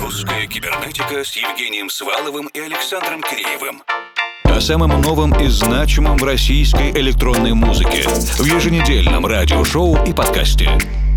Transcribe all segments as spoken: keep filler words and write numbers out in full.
Русская кибернетика с Евгением Сваловым и Александром Киреевым. О самом новом и значимом в российской электронной музыке в еженедельном радиошоу и подкасте.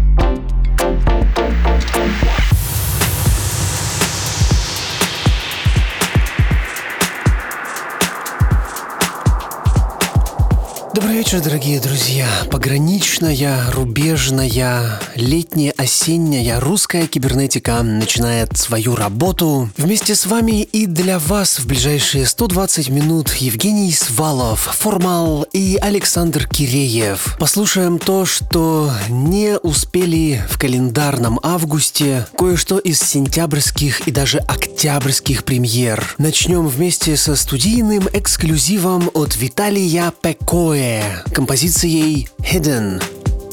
Добрый вечер, дорогие друзья. Пограничная, рубежная, летняя, осенняя русская кибернетика начинает свою работу. Вместе с вами и для вас в ближайшие сто двадцать минут Евгений Свалов, Формал и Александр Киреев. Послушаем то, что не успели в календарном августе, кое-что из сентябрьских и даже октябрьских премьер. Начнем вместе со студийным эксклюзивом от Виталия Пекоэ, композицией «Hidden».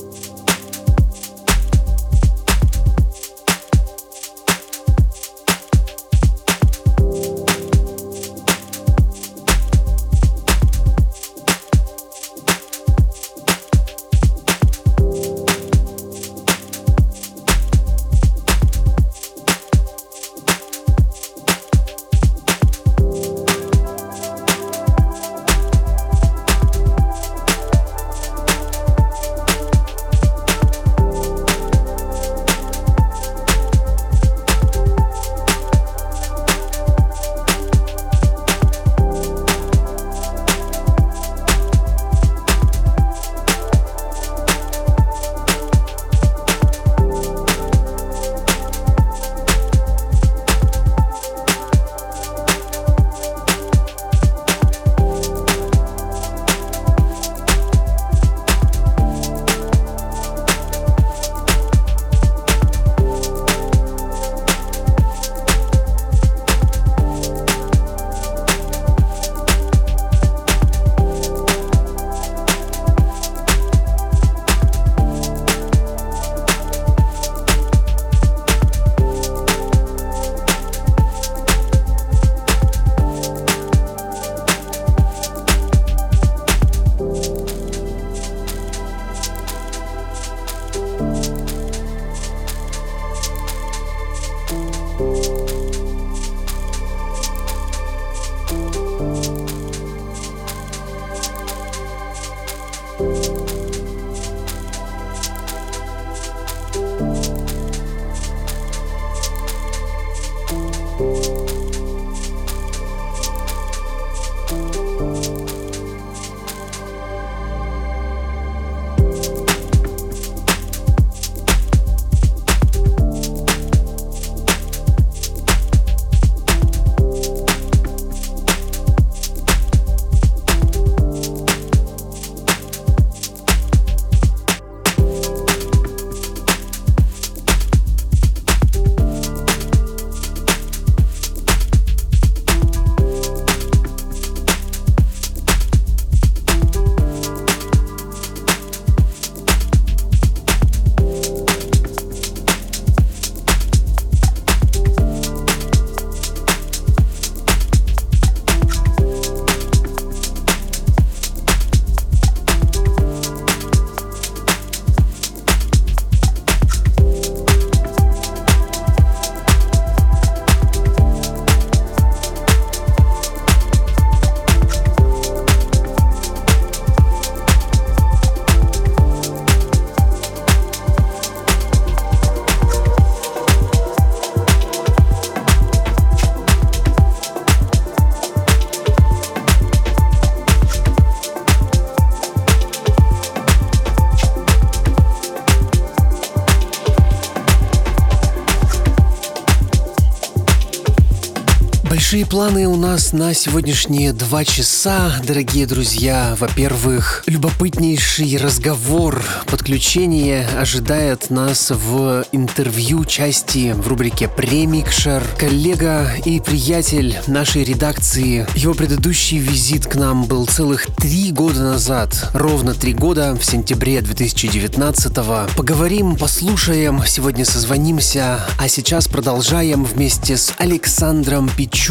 Большие планы у нас на сегодняшние два часа, дорогие друзья. Во-первых, любопытнейший разговор, подключение ожидает нас в интервью части в рубрике «Премикшер». Коллега и приятель нашей редакции. Его предыдущий визит к нам был целых три года назад. Ровно три года, в сентябре две тысячи девятнадцатого. Поговорим, послушаем, сегодня созвонимся, а сейчас продолжаем вместе с Александром Пичугиным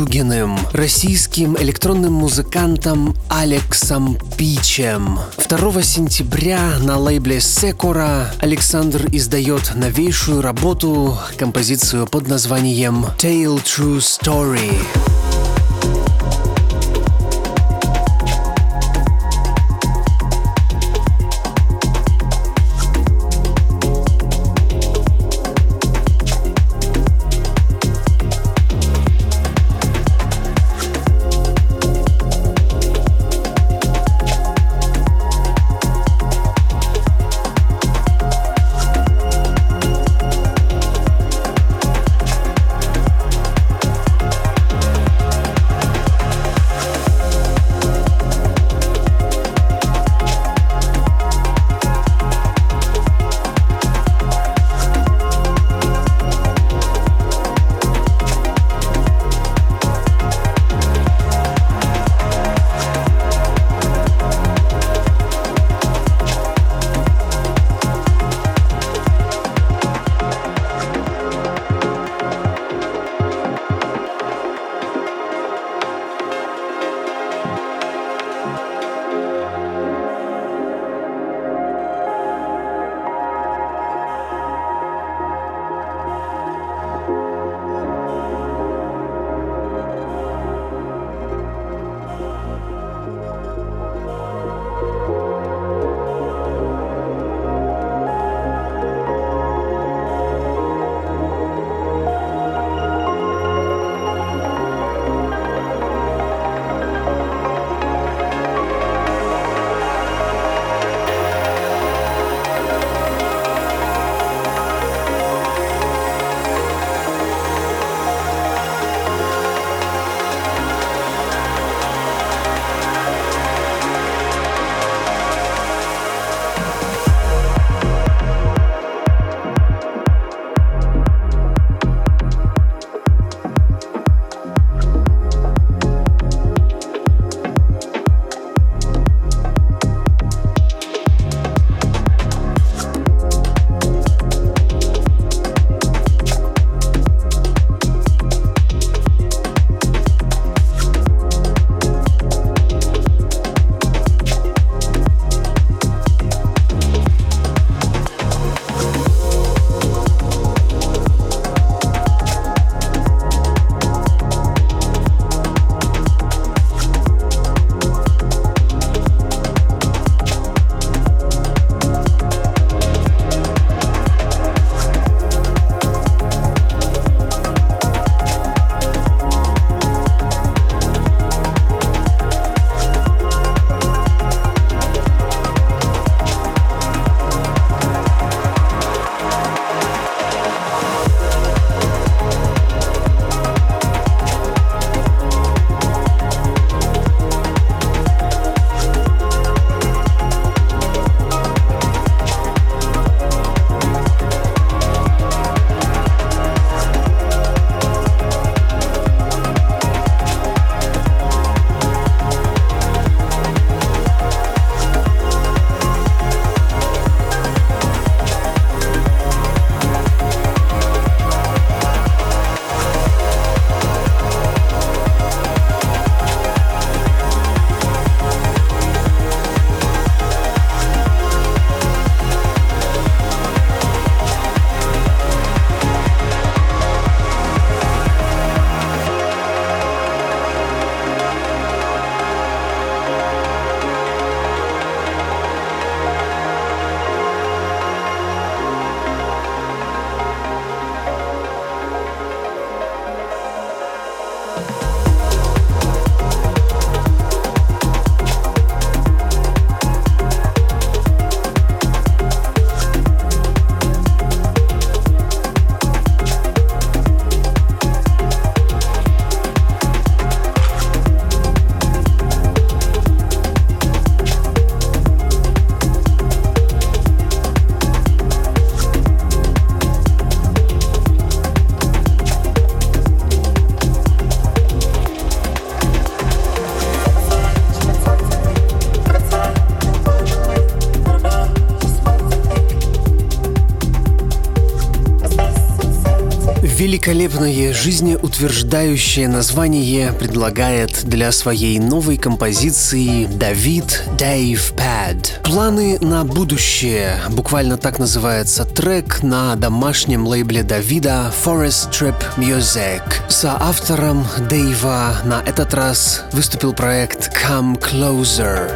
Дюгиным, российским электронным музыкантом Алексом Пичем. второго сентября на лейбле Секора Александр издает новейшую работу, композицию под названием Tale True Story. великолепное жизнеутверждающее название предлагает для своей новой композиции Давид Dave Pad. Планы на будущее. Буквально так называется трек на домашнем лейбле Давида Forest Trip Music. Соавтором Дэйва на этот раз выступил проект Come Closer.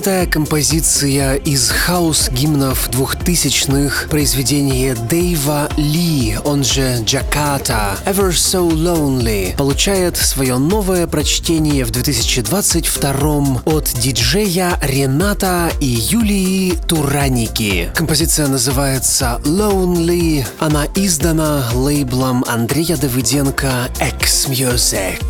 Знаменитая композиция из хаус-гимнов двухтысячных, произведение Дэйва Ли, он же Джаката, Ever So Lonely, получает свое новое прочтение в две тысячи двадцать втором от диджея Рената и Юлии Тураники. Композиция называется Lonely, она издана лейблом Андрея Давыденко X-Music.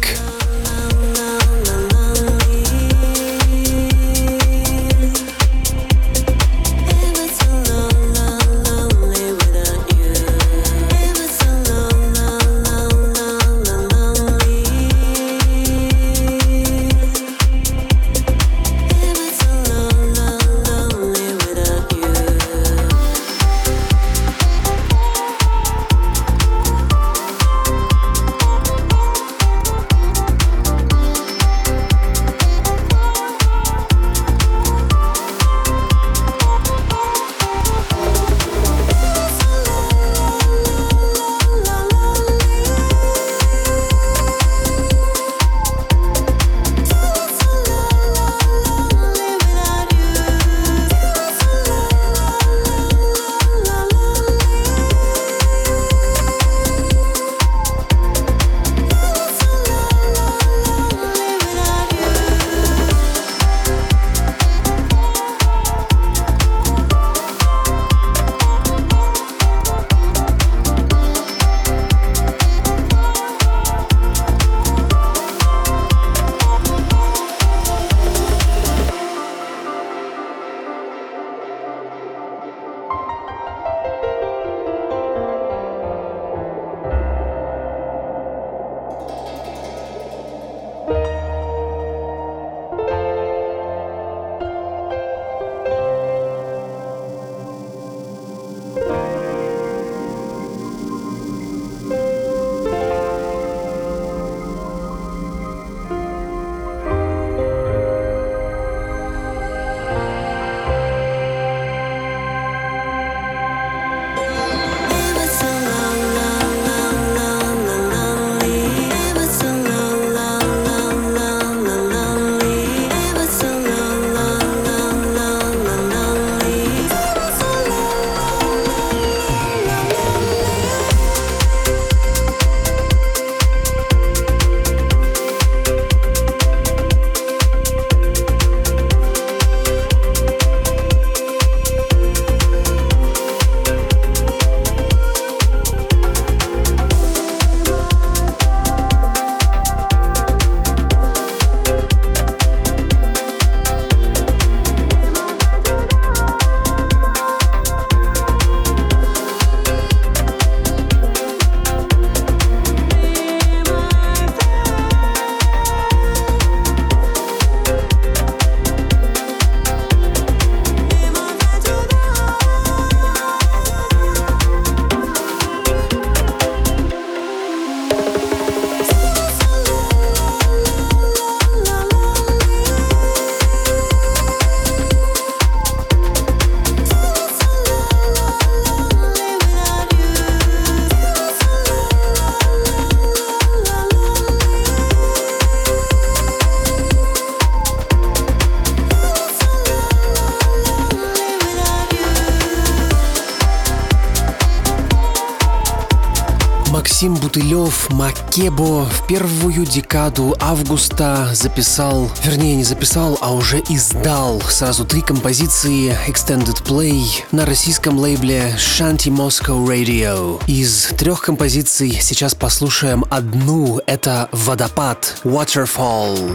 Максим Бутылев Макебо в первую декаду августа записал, вернее не записал, а уже издал сразу три композиции Extended Play на российском лейбле Shanty Moscow Radio. Из трех композиций сейчас послушаем одну, это «Водопад» Waterfall.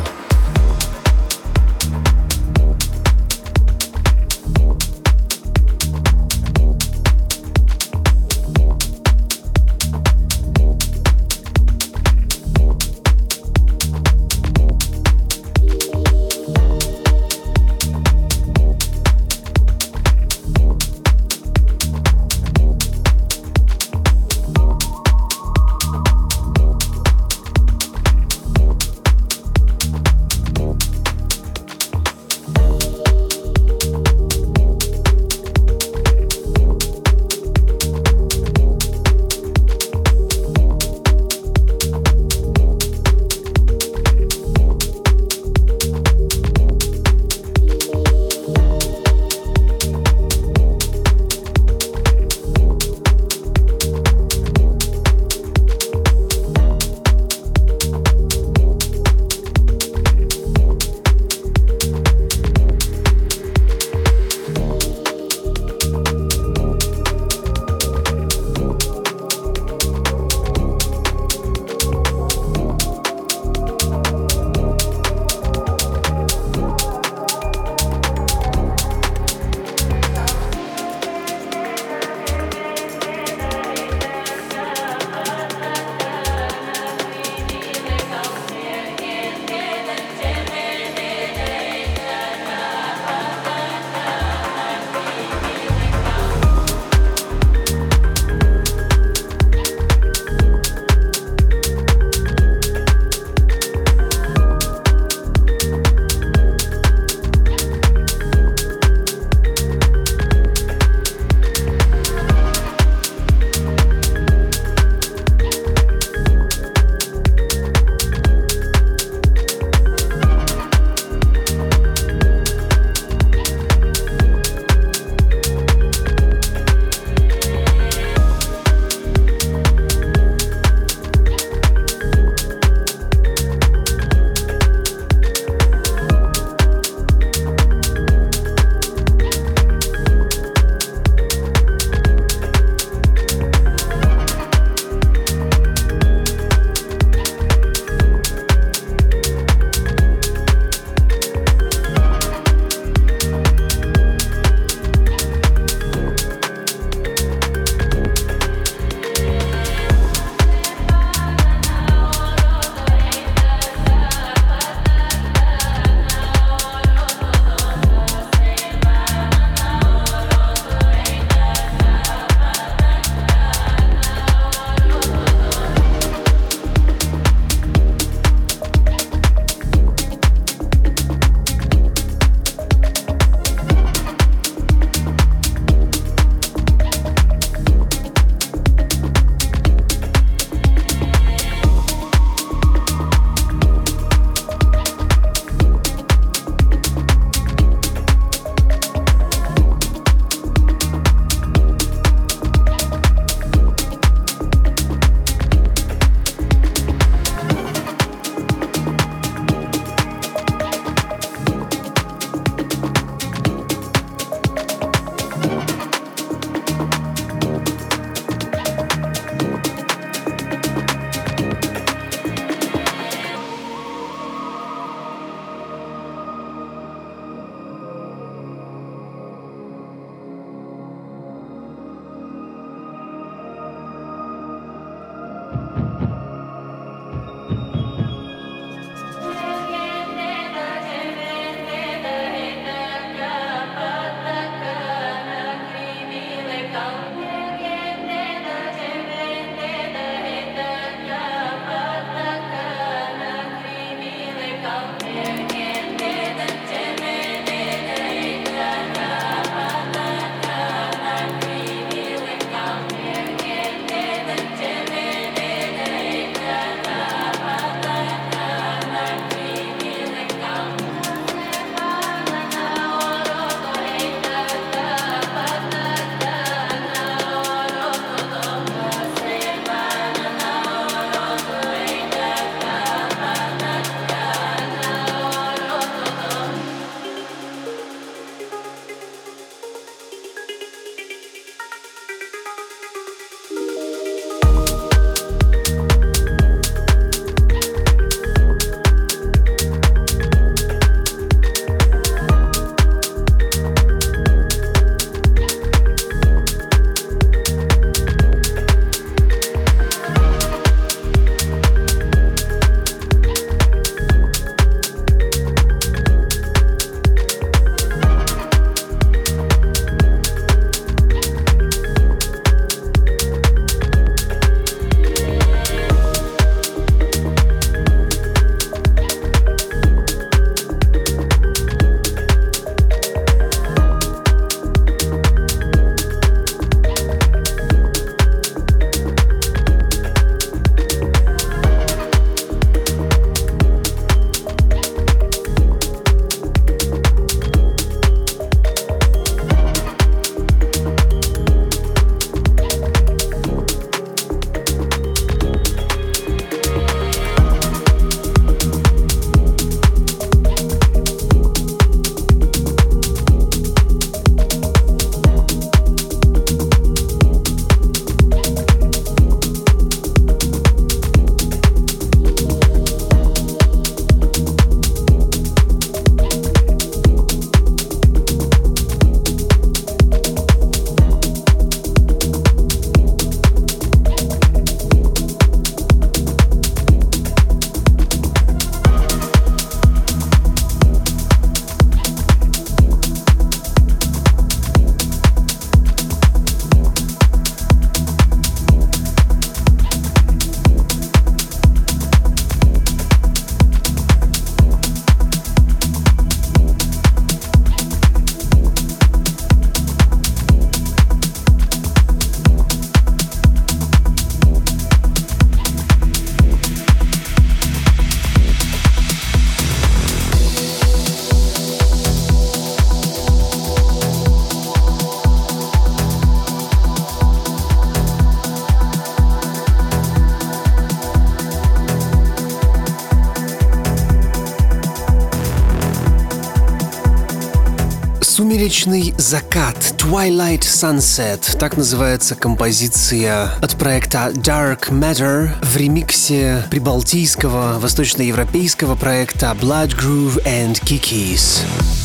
Сумеречный закат, Twilight Sunset, так называется композиция от проекта Dark Matter в ремиксе прибалтийского восточноевропейского проекта Blood Groove and Kikis.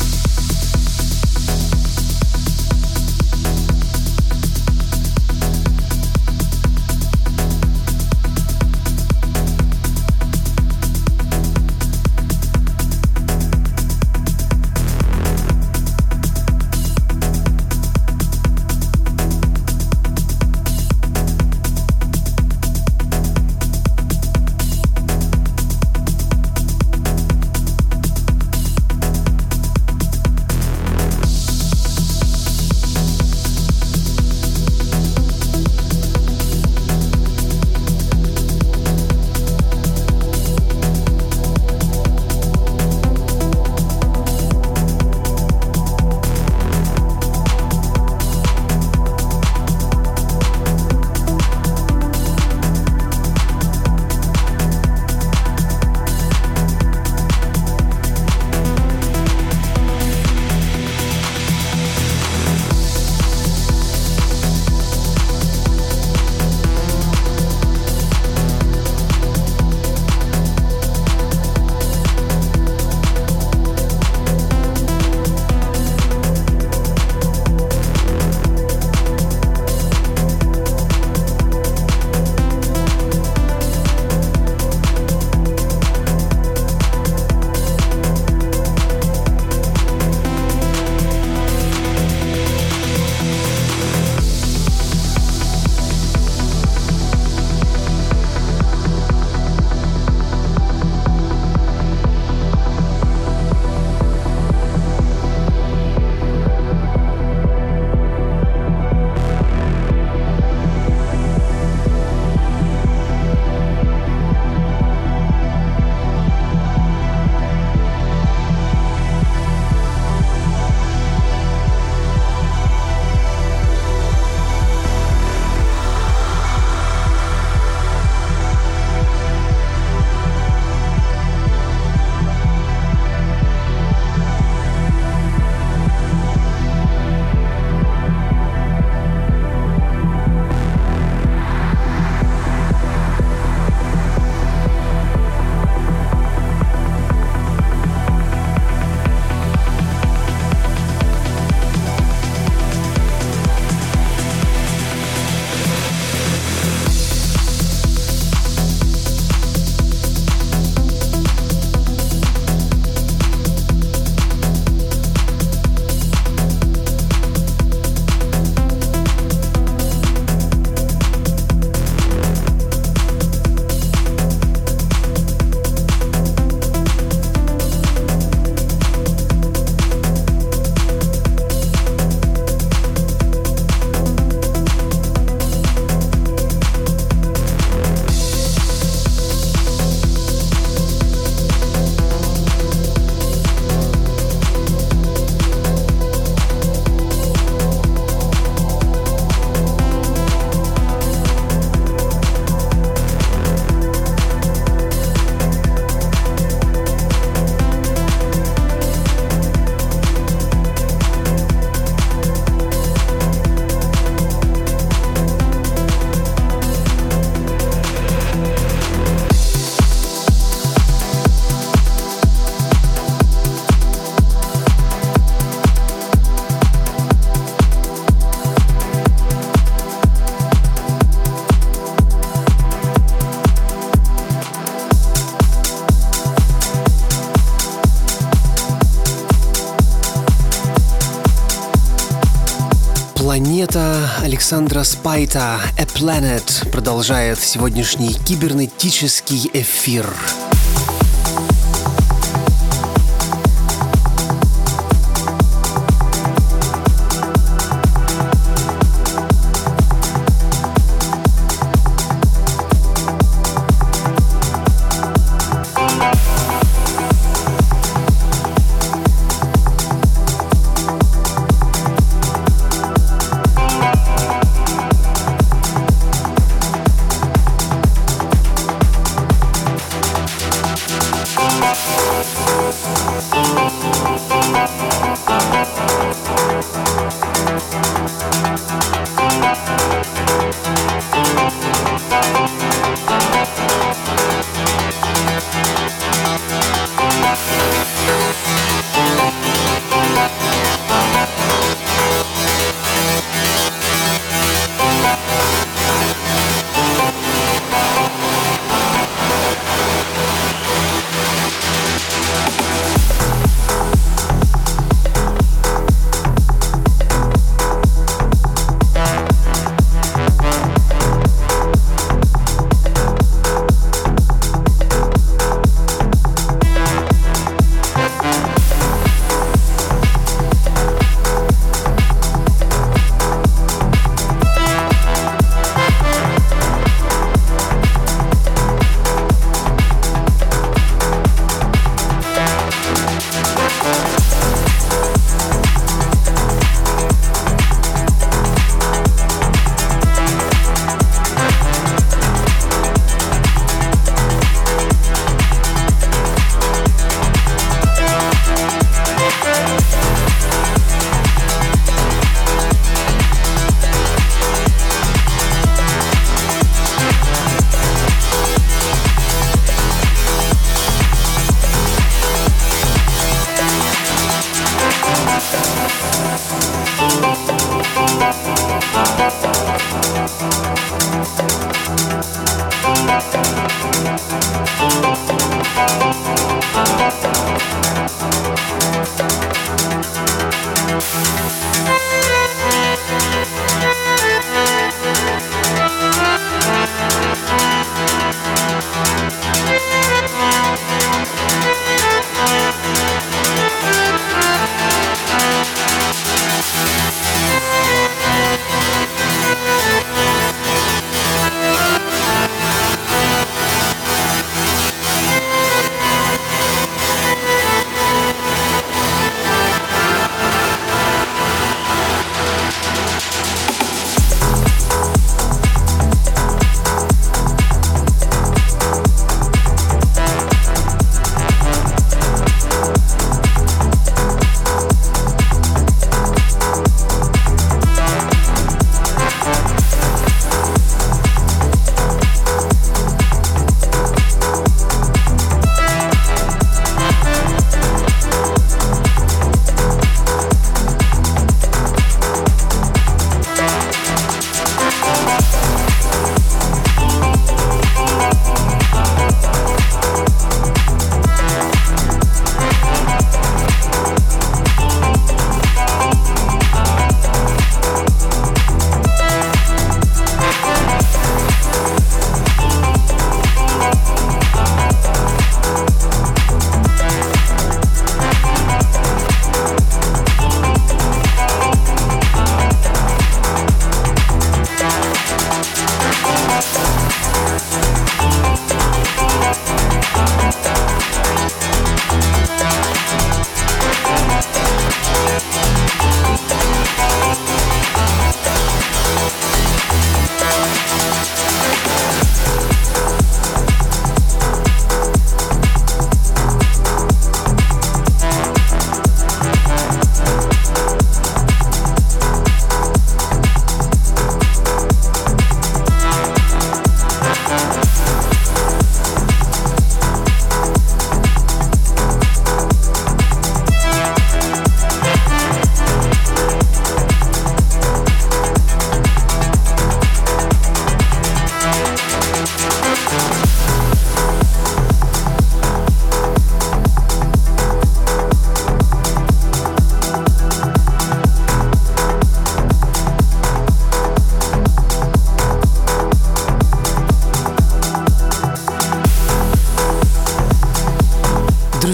Планета Александра Спайта «A Planet» продолжает сегодняшний кибернетический эфир.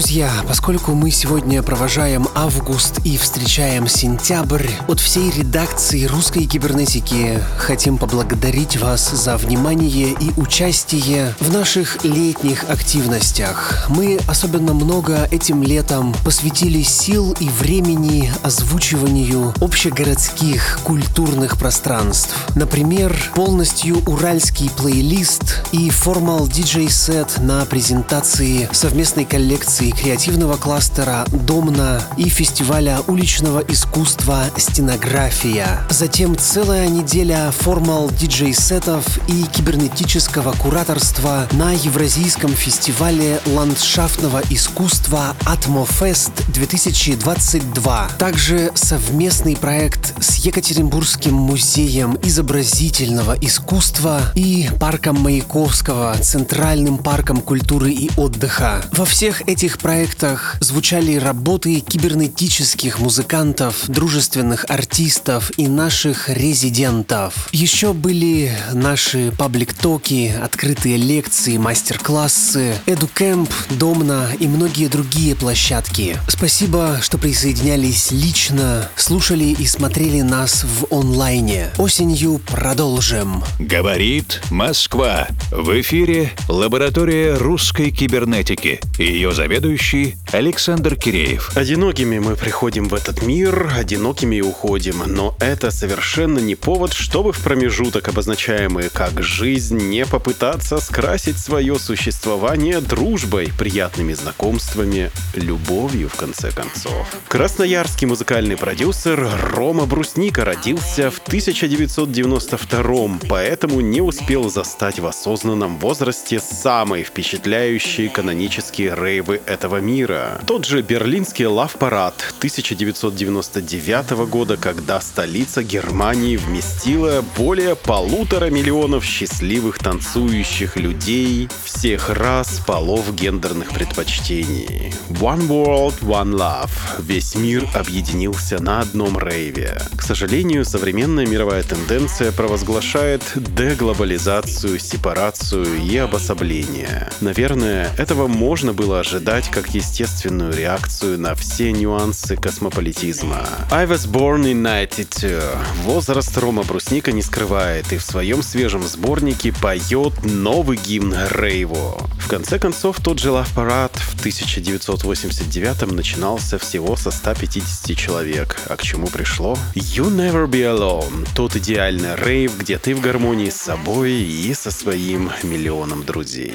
Друзья, поскольку мы сегодня провожаем август и встречаем сентябрь, от всей редакции «Русской кибернетики» хотим поблагодарить вас за внимание и участие в наших летних активностях. Мы особенно много этим летом посвятили сил и времени озвучиванию общегородских культурных пространств. Например, полностью уральский плейлист и формал диджей-сет на презентации совместной коллекции креативного кластера «Домна» и фестиваля уличного искусства «Стенография». Затем целая неделя формал диджей-сетов и кибернетического кураторства на Евразийском фестивале ландшафтного искусства «Атмофест две тысячи двадцать два». Также совместный проект с Екатеринбургским музеем изобразительного искусства и парком Маяковского, Центральным парком культуры и отдыха. Во всех этих проектах звучали работы кибернетических музыкантов, дружественных артистов и наших резидентов. Еще были наши паблик-токи, открытые лекции, мастер-классы, эдукэмп, Домна и многие другие площадки. Спасибо, что присоединялись лично, слушали и смотрели нас в онлайне. Осенью продолжим. Говорит Москва. В эфире лаборатория русской кибернетики. Ее заведующий Александр Киреев. Одинокими мы приходим в этот мир, одинокими и уходим. Но это совершенно не повод, чтобы в промежуток, обозначаемый как жизнь, не попытаться скрасить свое существование дружбой, приятными знакомствами, любовью, в конце концов. Красноярский музыкальный продюсер Рома Брусника родился в тысяча девятьсот девяносто втором, поэтому не успел застать в осознанном возрасте самые впечатляющие канонические рейвы этого мира. Тот же берлинский лав-парад тысяча девятьсот девяносто девятого года, когда столица Германии вместила более полутора миллионов счастливых танцующих людей всех рас, полов, гендерных предпочтений. One World, One Love. Весь мир объединился на одном рейве. К сожалению, современная мировая тенденция провозглашает деглобализацию, сепарацию и обособление. Наверное, этого можно было ожидать как естественную реакцию на все нюансы космополитизма. I was born in ninety-two. Возраст Рома Брусника не скрывает и в своем свежем сборнике поет новый гимн рейву. В конце концов, тот же лав-парад в тысяча девятьсот восемьдесят девятом начинался всего со ста пятидесяти человек. А к чему пришло? You Never Be Alone. Тот идеальный рейв, где ты в гармонии с собой и со своим миллионом друзей.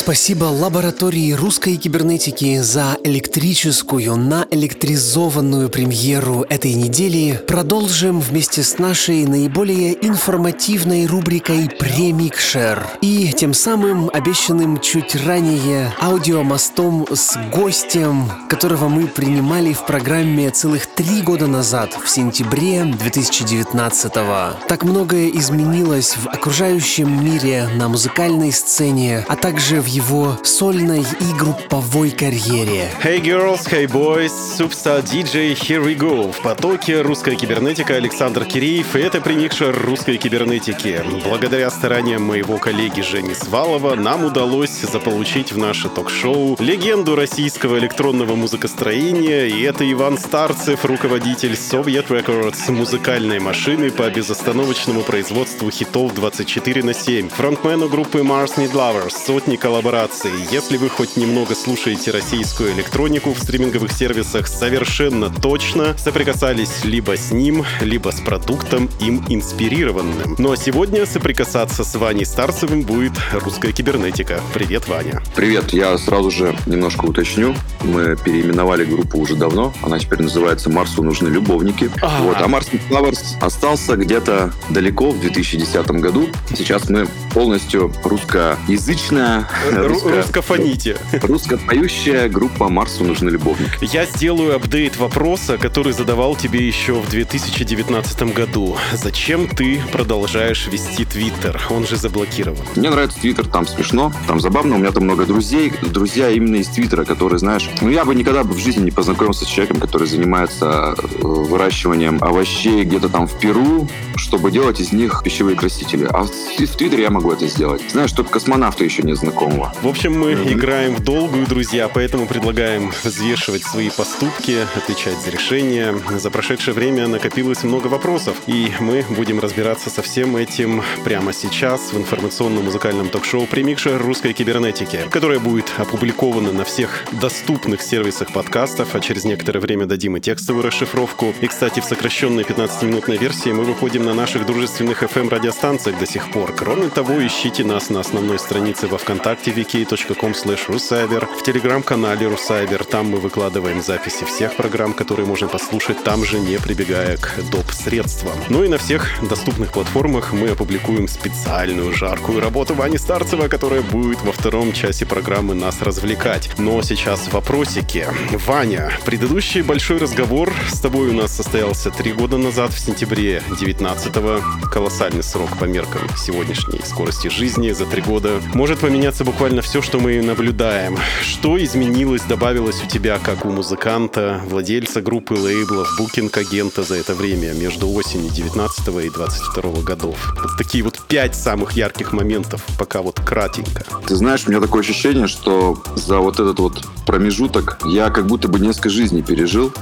Спасибо лаборатории русской кибернетики за электрическую, наэлектризованную премьеру этой недели. Продолжим вместе с нашей наиболее информативной рубрикой «Премикшер» и тем самым обещанным чуть ранее аудиомостом с гостем, которого мы принимали в программе целых три года назад, в сентябре две тысячи девятнадцатого. Так многое изменилось в окружающем мире, на музыкальной сцене, а также в его сольной и групповой карьере. Hey girls, hey boys, Superstar ди джей, here we go. В потоке русская кибернетика Александр Киреев, и это премикшер русской кибернетики. Благодаря стараниям моего коллеги Жени Свалова нам удалось заполучить в наше ток-шоу легенду российского электронного музыкостроения, и это Иван Старцев, руководитель Soviet Records, музыкальной машины по безостановочному производству хитов двадцать четыре на семь, фронтмену группы Mars Need Lovers, сотни коллабораций. Если вы хоть немного слушаете российскую электронику в стриминговых сервисах, совершенно точно соприкасались либо с ним, либо с продуктом им инспирированным. Ну а сегодня соприкасаться с Ваней Старцевым будет русская кибернетика. Привет, Ваня. Привет, я сразу же немножко уточню. Мы переименовали группу уже давно. Она теперь называется «Марсу нужны любовники». А-а-а. Вот, а Mars Need Lovers остался где-то далеко в две тысячи десятом году. Сейчас мы полностью русскоязычная, русско... русскофоните. Русскопоющая группа «Марсу нужны любовники». Я сделаю апдейт вопроса, который задавал тебе еще в две тысячи девятнадцатом году. Зачем ты продолжаешь вести Твиттер? Он же заблокирован. Мне нравится Твиттер, там смешно, там забавно. У меня там много друзей. Друзья именно из Твиттера, которые, знаешь... Ну, я бы никогда бы в жизни не познакомился с человеком, который занимается выращиванием овощей где-то там в Перу, чтобы делать из них пищевые красители. А в Твиттере я могу это сделать. Знаешь, только космонавта еще нет знакомого. В общем, мы mm-hmm. играем в долгую, друзья, поэтому предлагаем взвешивать свои поступки, отвечать за решения. За прошедшее время накопилось много вопросов, и мы будем разбираться со всем этим прямо сейчас в информационно-музыкальном ток-шоу «Премикшер русской кибернетики», которое будет опубликовано на всех доступных сервисах подкастов, а через некоторое время дадим и текстовую расшифровку. И, кстати, в сокращенной пятнадцатиминутной версии мы выходим на наших дружественных эф эм-радиостанциях до сих пор. Кроме того, ищите нас на основной странице во ВКонтакте ви кей точка ком слэш русайбер, в телеграм-канале Русайбер. Там мы выкладываем записи всех программ, которые можно послушать, там же не прибегая к доп-средствам. Ну и на всех доступных платформах мы опубликуем специальную жаркую работу Вани Старцева, которая будет во втором часе программы нас развлекать. Но сейчас вопросики. Ваня, предыдущий большой разговор с тобой у нас состоялся три года назад, в сентябре девятнадцатого. Колоссальный срок по меркам сегодняшней скорости жизни. За три года может поменяться буквально все, что мы наблюдаем. Что изменилось, добавилось у тебя, как у музыканта, владельца группы, лейблов, букинг-агента за это время между осенью девятнадцатого и двадцать второго годов? Вот такие вот пять самых ярких моментов, пока вот кратенько. Ты знаешь, у меня такое ощущение, что за вот этот вот промежуток я как будто бы несколько жизней пережил.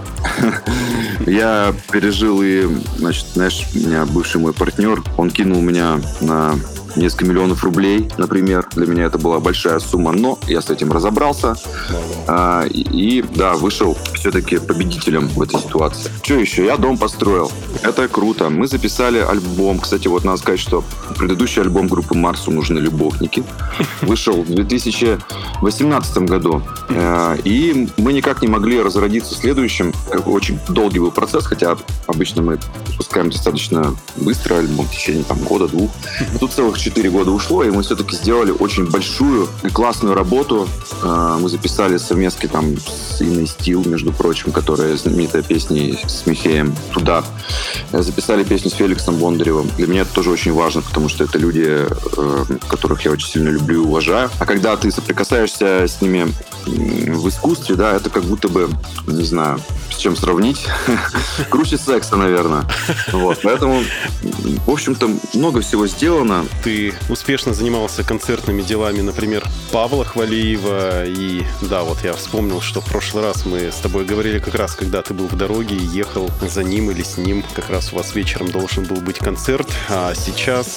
Я пережил и, значит, знаешь, у меня бывший мой партнер, он кинул меня на несколько миллионов рублей, например. Для меня это была большая сумма, но я с этим разобрался. А, и, и, да, вышел все-таки победителем в этой ситуации. Что еще? Я дом построил. Это круто. Мы записали альбом. Кстати, вот надо сказать, что предыдущий альбом группы «Марсу нужны любовники» вышел в две тысячи восемнадцатом году. А, и мы никак не могли разродиться следующим. Очень долгий был процесс, хотя обычно мы выпускаем достаточно быстро альбом в течение там, года-двух. Тут целых четыре года ушло, и мы все-таки сделали очень большую и классную работу. Мы записали совместки там с Инной Стил, между прочим, которая знаменитая песня с Михеем «Туда». Записали песню с Феликсом Бондаревым. Для меня это тоже очень важно, потому что это люди, которых я очень сильно люблю и уважаю. А когда ты соприкасаешься с ними в искусстве, да, это как будто бы, не знаю, с чем сравнить. Круче секса, наверное. Вот. Поэтому, в общем-то, много всего сделано. Ты успешно занимался концертными делами, например, Павла Хвалиева. И да, вот я вспомнил, что в прошлый раз мы с тобой говорили как раз, когда ты был в дороге и ехал за ним или с ним. Как раз у вас вечером должен был быть концерт. А сейчас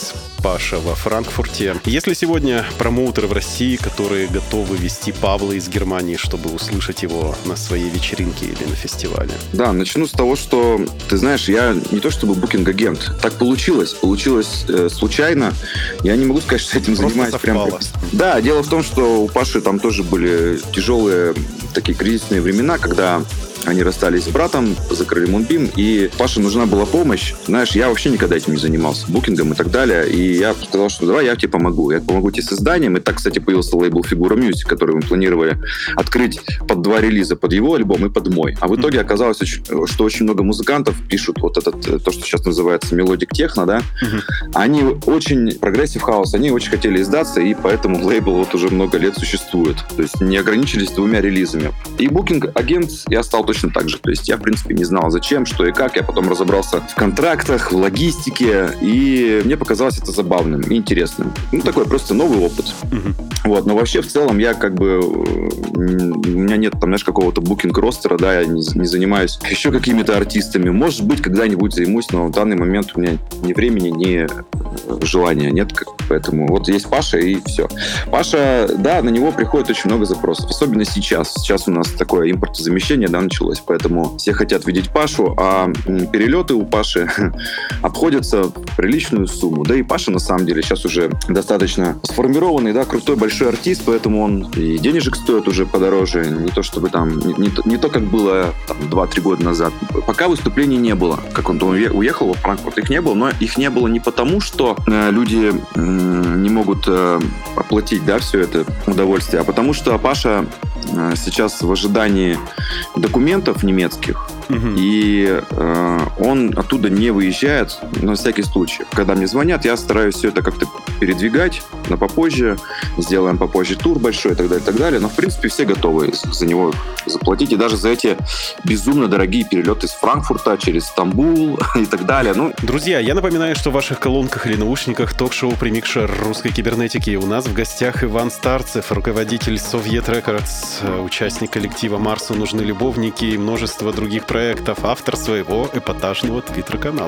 Паша во Франкфурте. Есть ли сегодня промоутеры в России, которые готовы вести Павла из Германии, чтобы услышать его на своей вечеринке или на фестивале? Да, начну с того, что, ты знаешь, я не то чтобы букинг-агент. Так получилось. Получилось э, случайно. Я не могу сказать, что этим Просто занимаюсь совпало. прям. Да, дело в том, что у Паши там тоже были тяжелые такие кризисные времена, когда они расстались с братом, закрыли Moonbeam, и Паше нужна была помощь. Знаешь, я вообще никогда этим не занимался, букингом и так далее. И я сказал, что давай я тебе помогу. Я помогу тебе с изданием. И так, кстати, появился лейбл Figura Music, который мы планировали открыть под два релиза, под его альбом и под мой. А в итоге оказалось, что очень много музыкантов пишут вот этот, то, что сейчас называется мелодик техно, да. Mm-hmm. Они очень, прогрессив хаус, они очень хотели издаться, и поэтому лейбл вот уже много лет существует. То есть не ограничились двумя релизами. И букинг-агент я стал точно так же. То есть я, в принципе, не знал, зачем, что и как. Я потом разобрался в контрактах, в логистике, и мне показалось это забавным и интересным. Ну, такой просто новый опыт. Uh-huh. Вот. Но вообще, в целом, я как бы... У меня нет, там, знаешь, какого-то букинг-ростера, да, я не, не занимаюсь еще какими-то артистами. Может быть, когда-нибудь займусь, но в данный момент у меня ни времени, ни желания нет. Поэтому вот есть Паша, и все. Паша, да, на него приходит очень много запросов. Особенно сейчас. Сейчас у нас такое импортозамещение, да, началось. Поэтому все хотят видеть Пашу, а перелеты у Паши обходятся в приличную сумму. Да и Паша, на самом деле, сейчас уже достаточно сформированный, да, крутой большой артист, поэтому он и денежек стоит уже подороже. Не то, чтобы там... Не, не, то, не то, как было там, два-три года назад. Пока выступлений не было. Как он уехал во Франкфурт, их не было, но их не было не потому, что э, люди э, не могут э, оплатить, да, все это удовольствие, а потому что Паша э, сейчас в ожидании документов немецких, uh-huh. и э, он оттуда не выезжает на всякий случай. Когда мне звонят, я стараюсь все это как-то передвигать на попозже, сделаем попозже тур большой и так далее, и так далее. Но, в принципе, все готовы за него заплатить. И даже за эти безумно дорогие перелеты из Франкфурта через Стамбул и так далее. Ну, друзья, я напоминаю, что в ваших колонках или наушниках ток-шоу «Премикшер русской кибернетики». У нас в гостях Иван Старцев, руководитель Soviet Records, участник коллектива «Марсу нужны любовники» и множество других проектов, автор своего эпатажного твиттер-канала.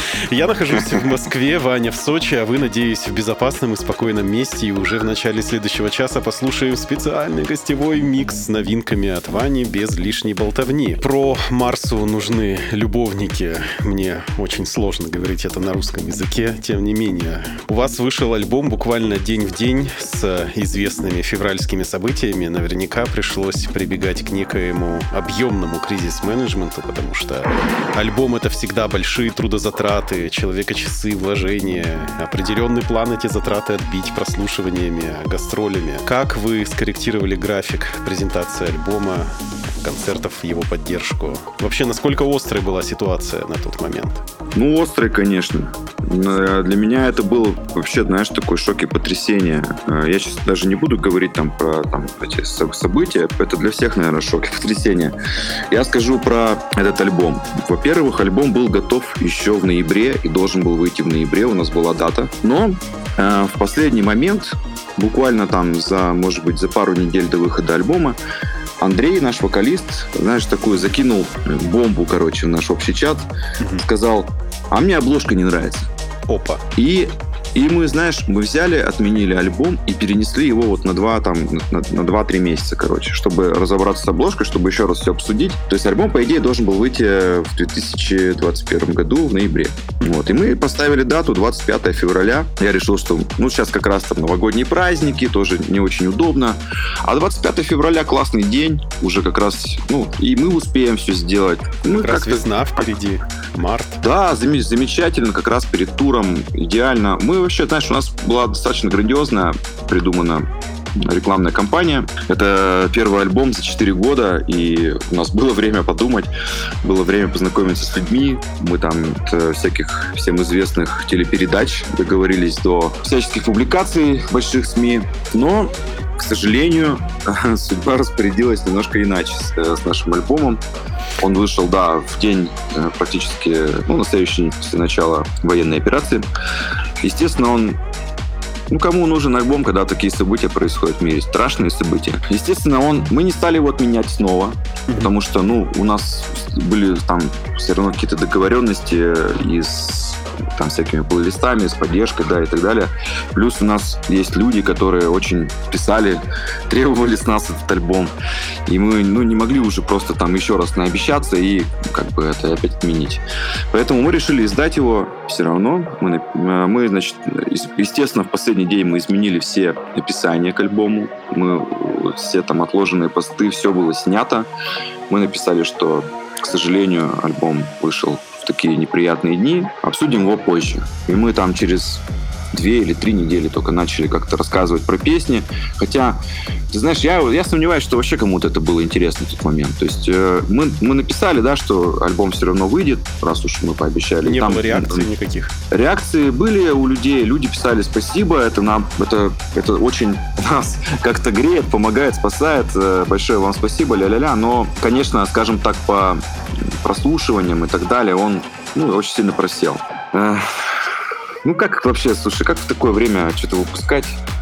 Я нахожусь в Москве, Ваня в Сочи, а вы, надеюсь, в безопасном и спокойном месте. И уже в начале следующего часа послушаем специальный гостевой микс с новинками от Вани без лишней болтовни. Про Марсу нужны любовники. Мне очень сложно говорить это на русском языке. Тем не менее, у вас вышел альбом буквально день в день с известными февральскими событиями. Наверняка пришлось прибегать к некоему объемному кризис-менеджменту, потому что альбом — это всегда большие трудозатраты, человека-часы, вложения, определенный план эти затраты отбить прослушиваниями, гастролями. Как вы скорректировали график презентации альбома, концертов в его поддержку? Вообще, насколько острой была ситуация на тот момент? Ну, острой, конечно. Для меня это было вообще, знаешь, такой шок и потрясение. Я сейчас даже не буду говорить там про там, эти события. Это для всех, наверное, шок и потрясение. Я скажу про этот альбом. Во-первых, альбом был готов еще в ноябре и должен был выйти в ноябре. У нас была дата. Но э, в последний момент, буквально там за, может быть, за пару недель до выхода альбома, Андрей, наш вокалист, знаешь, такую закинул бомбу, короче, в наш общий чат. Mm-hmm. Сказал: а мне обложка не нравится. Опа. И, и мы, знаешь, мы взяли, отменили альбом и перенесли его вот на два, там, на, на два-три месяца, короче, чтобы разобраться с обложкой, чтобы еще раз все обсудить. То есть альбом, по идее, должен был выйти в две тысячи двадцать первом году в ноябре. Вот. И мы поставили дату двадцать пятого февраля. Я решил, что ну сейчас как раз там новогодние праздники, тоже не очень удобно. А двадцать пятого февраля классный день, уже как раз, ну, и мы успеем все сделать. Ну, как раз весна впереди, март. Да, зам- замечательно, как раз перед туром, идеально. Мы вообще, знаешь, у нас была достаточно грандиозная придумана рекламная кампания. Это первый альбом за четыре года, и у нас было время подумать, было время познакомиться с людьми. Мы там от всяких всем известных телепередач договорились до всяческих публикаций в больших СМИ. Но, к сожалению, судьба распорядилась немножко иначе с, с нашим альбомом. Он вышел, да, в день практически, ну, на следующий день после начала военной операции. Естественно, он Ну, кому нужен альбом, когда такие события происходят в мире? Страшные события. Естественно, он... мы не стали его отменять снова, mm-hmm. потому что, ну, у нас были там все равно какие-то договоренности и с там всякими плейлистами, с поддержкой, да, и так далее. Плюс у нас есть люди, которые очень писали, требовали с нас этот альбом. И мы, ну, не могли уже просто там еще раз наобещаться и как бы это опять отменить. Поэтому мы решили издать его все равно. Мы, мы, значит, естественно, в последний день мы изменили все описания к альбому. Мы все там отложенные посты, все было снято. Мы написали, что, к сожалению, альбом вышел в такие неприятные дни. Обсудим его позже. И мы там через две или три недели только начали как-то рассказывать про песни. Хотя, ты знаешь, я, я сомневаюсь, что вообще кому-то это было интересно в тот момент. То есть э, мы, мы написали, да, что альбом все равно выйдет, раз уж мы пообещали. Не там, было реакций там, никаких. Реакции были у людей, люди писали спасибо, это нам, это, это очень нас как-то греет, помогает, спасает. Большое вам спасибо, ля-ля-ля. Но, конечно, скажем так, по прослушиваниям и так далее, он, ну, очень сильно просел. Ну как вообще, слушай, как в такое время что-то выпускать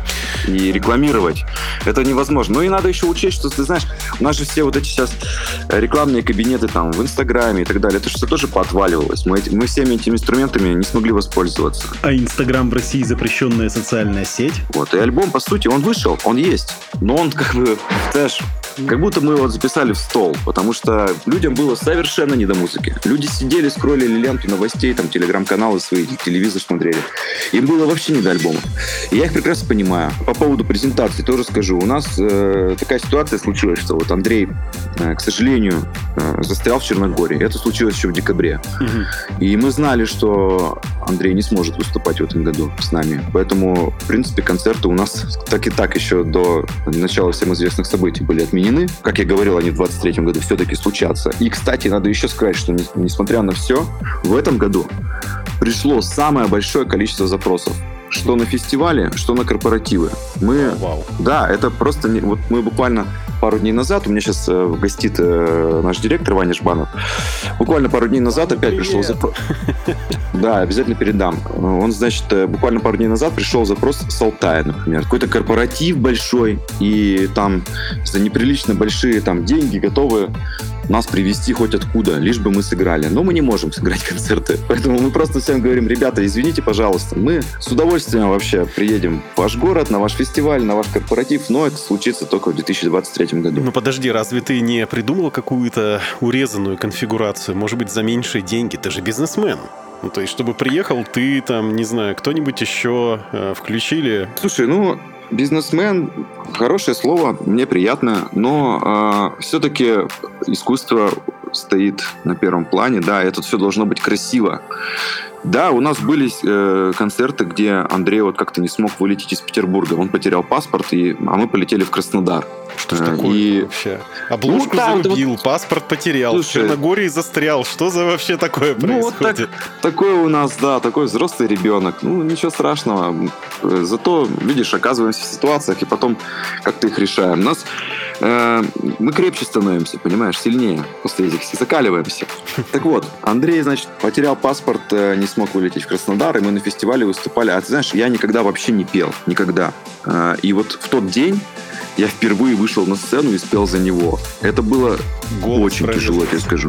и рекламировать? Это невозможно. Ну и надо еще учесть, что, ты знаешь, у нас же все вот эти сейчас рекламные кабинеты там в Инстаграме и так далее, это что тоже поотваливалось. Мы, мы всеми этими инструментами не смогли воспользоваться. А Инстаграм в России запрещенная социальная сеть? Вот, и альбом, по сути, он вышел, он есть, но он как бы, знаешь, как будто мы его записали в стол, потому что людям было совершенно не до музыки. Люди сидели, скроллили ленту новостей, там, телеграм-каналы свои, телевизор смотрели. Им было вообще не до альбома. И я их прекрасно понимаю. По поводу презентации тоже скажу. У нас э, такая ситуация случилась, что вот Андрей, э, к сожалению, э, застрял в Черногории. Это случилось еще в декабре. Угу. И мы знали, что Андрей не сможет выступать в этом году с нами. Поэтому, в принципе, концерты у нас так и так еще до начала всем известных событий были отменены. Как я говорил, они в двадцать третьем году все-таки случатся. И, кстати, надо еще сказать, что несмотря на все, в этом году пришло самое большое количество запросов. Что на фестивале, что на корпоративы. Мы, Вау. Да, это просто... Не, вот мы буквально пару дней назад, у меня сейчас э, гостит э, наш директор Ваня Жбанов, буквально пару дней назад опять Привет. пришел запрос... Да, обязательно передам. Он, значит, буквально пару дней назад пришел запрос с Алтая, например. Какой-то корпоратив большой, и там за неприлично большие там деньги готовы нас привезти хоть откуда, лишь бы мы сыграли. Но мы не можем сыграть концерты. Поэтому мы просто всем говорим: ребята, извините, пожалуйста, мы с удовольствием вообще приедем в ваш город, на ваш фестиваль, на ваш корпоратив, но это случится только в две тысячи двадцать третьем году. Ну подожди, разве ты не придумал какую-то урезанную конфигурацию? Может быть, за меньшие деньги? Ты же бизнесмен. Ну, то есть, чтобы приехал ты, там, не знаю, кто-нибудь еще э, включили? Слушай, ну... Бизнесмен — хорошее слово, мне приятно, но э, все-таки искусство стоит на первом плане, да, это все должно быть красиво. Да, у нас были э, концерты, где Андрей вот как-то не смог вылететь из Петербурга. Он потерял паспорт, и, а мы полетели в Краснодар. Что ж такое и... вообще? Обложку ну, да, зарубил, вот... паспорт потерял, Слушай, в Черногории застрял. Что за вообще такое происходит? Ну, вот так, такой у нас, да, такой взрослый ребенок. Ну, ничего страшного. Зато, видишь, оказываемся в ситуациях, и потом как-то их решаем. Нас, э, мы крепче становимся, понимаешь, сильнее после этих, закаливаемся. Так вот, Андрей, значит, потерял паспорт, не смог вылететь в Краснодар, и мы на фестивале выступали. А ты знаешь, я никогда вообще не пел. Никогда. И вот в тот день я впервые вышел на сцену и спел за него. Это было Голос очень правильно. Тяжело, я тебе скажу.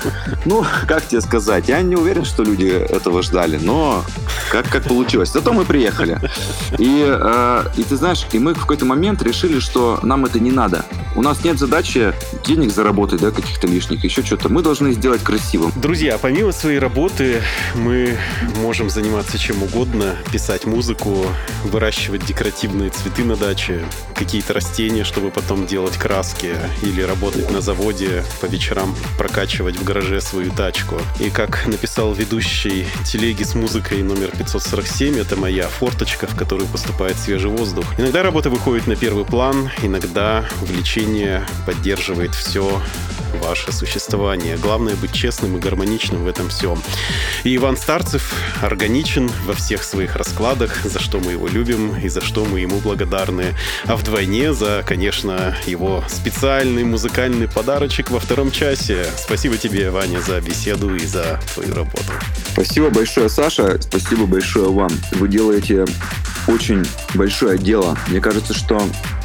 Ну, как тебе сказать? Я не уверен, что люди этого ждали, но как, как получилось. Зато мы приехали. И, э, и ты знаешь, и мы в какой-то момент решили, что нам это не надо. У нас нет задачи денег заработать, да, каких-то лишних, еще что-то. Мы должны сделать красивым. Друзья, помимо своей работы мы можем заниматься чем угодно. Писать музыку, выращивать декоративные цветы на даче, какие-то растения, чтобы потом делать краски, или работать на заводе по вечерам, прокачивать в гараже свою тачку. И как написал ведущий телеги с музыкой номер пятьсот сорок семь, это моя форточка, в которую поступает свежий воздух. Иногда работа выходит на первый план, иногда увлечение поддерживает все ваше существование. Главное быть честным и гармоничным в этом всем. И Иван Старцев органичен во всех своих раскладах, за что мы его любим и за что мы ему благодарны. А вдвойне за, конечно, его специальный музыкальный подарочек во втором часе. Спасибо тебе, Ваня, за беседу и за твою работу. Спасибо большое, Саша. Спасибо большое вам. Вы делаете очень большое дело. Мне кажется, что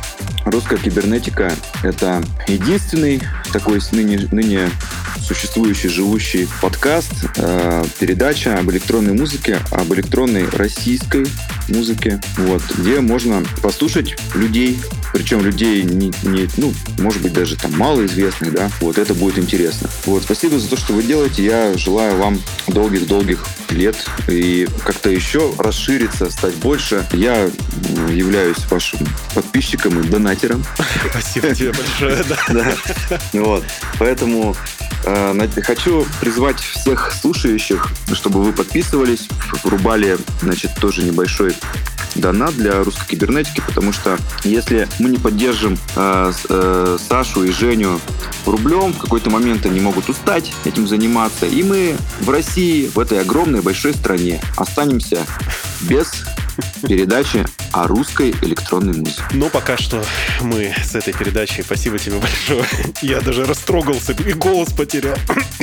«Русская кибернетика» — это единственный такой ныне, ныне существующий, живущий подкаст, э, передача об электронной музыке, об электронной российской музыке, вот, где можно послушать людей, причем людей, не, не, ну, может быть, даже там малоизвестных, да, вот, это будет интересно. Вот, спасибо за то, что вы делаете, я желаю вам долгих-долгих лет и как-то еще расшириться, стать больше. Я являюсь вашим подписчиком и донатером. Спасибо тебе большое, да. Вот, поэтому хочу призвать всех слушающих, чтобы вы подписывались, врубали, значит, тоже небольшой донат для русской кибернетики, потому что если мы не поддержим э, э, Сашу и Женю рублем, в какой-то момент они могут устать этим заниматься, и мы в России, в этой огромной большой стране, останемся без передачи о русской электронной музыке. Но пока что мы с этой передачей. Спасибо тебе большое. Я даже растрогался и голос потерял.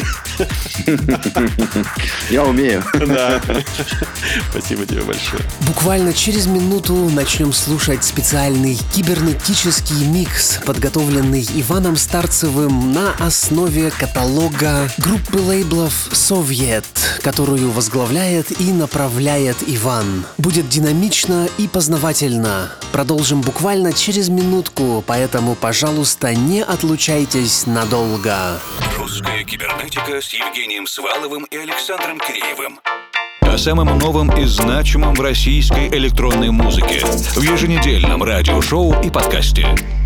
Я умею. Да. Спасибо тебе большое. Буквально через минуту начнем слушать специальный кибернетический микс, подготовленный Иваном Старцевым на основе каталога группы лейблов «Совет», которую возглавляет и направляет Иван. Будет динамично и познавательно. Продолжим буквально через минутку, поэтому, пожалуйста, не отлучайтесь надолго. Русская кибернетика с Евгением Сваловым и Александром Киреевым. О самом новом и значимом в российской электронной музыке в еженедельном радиошоу и подкасте.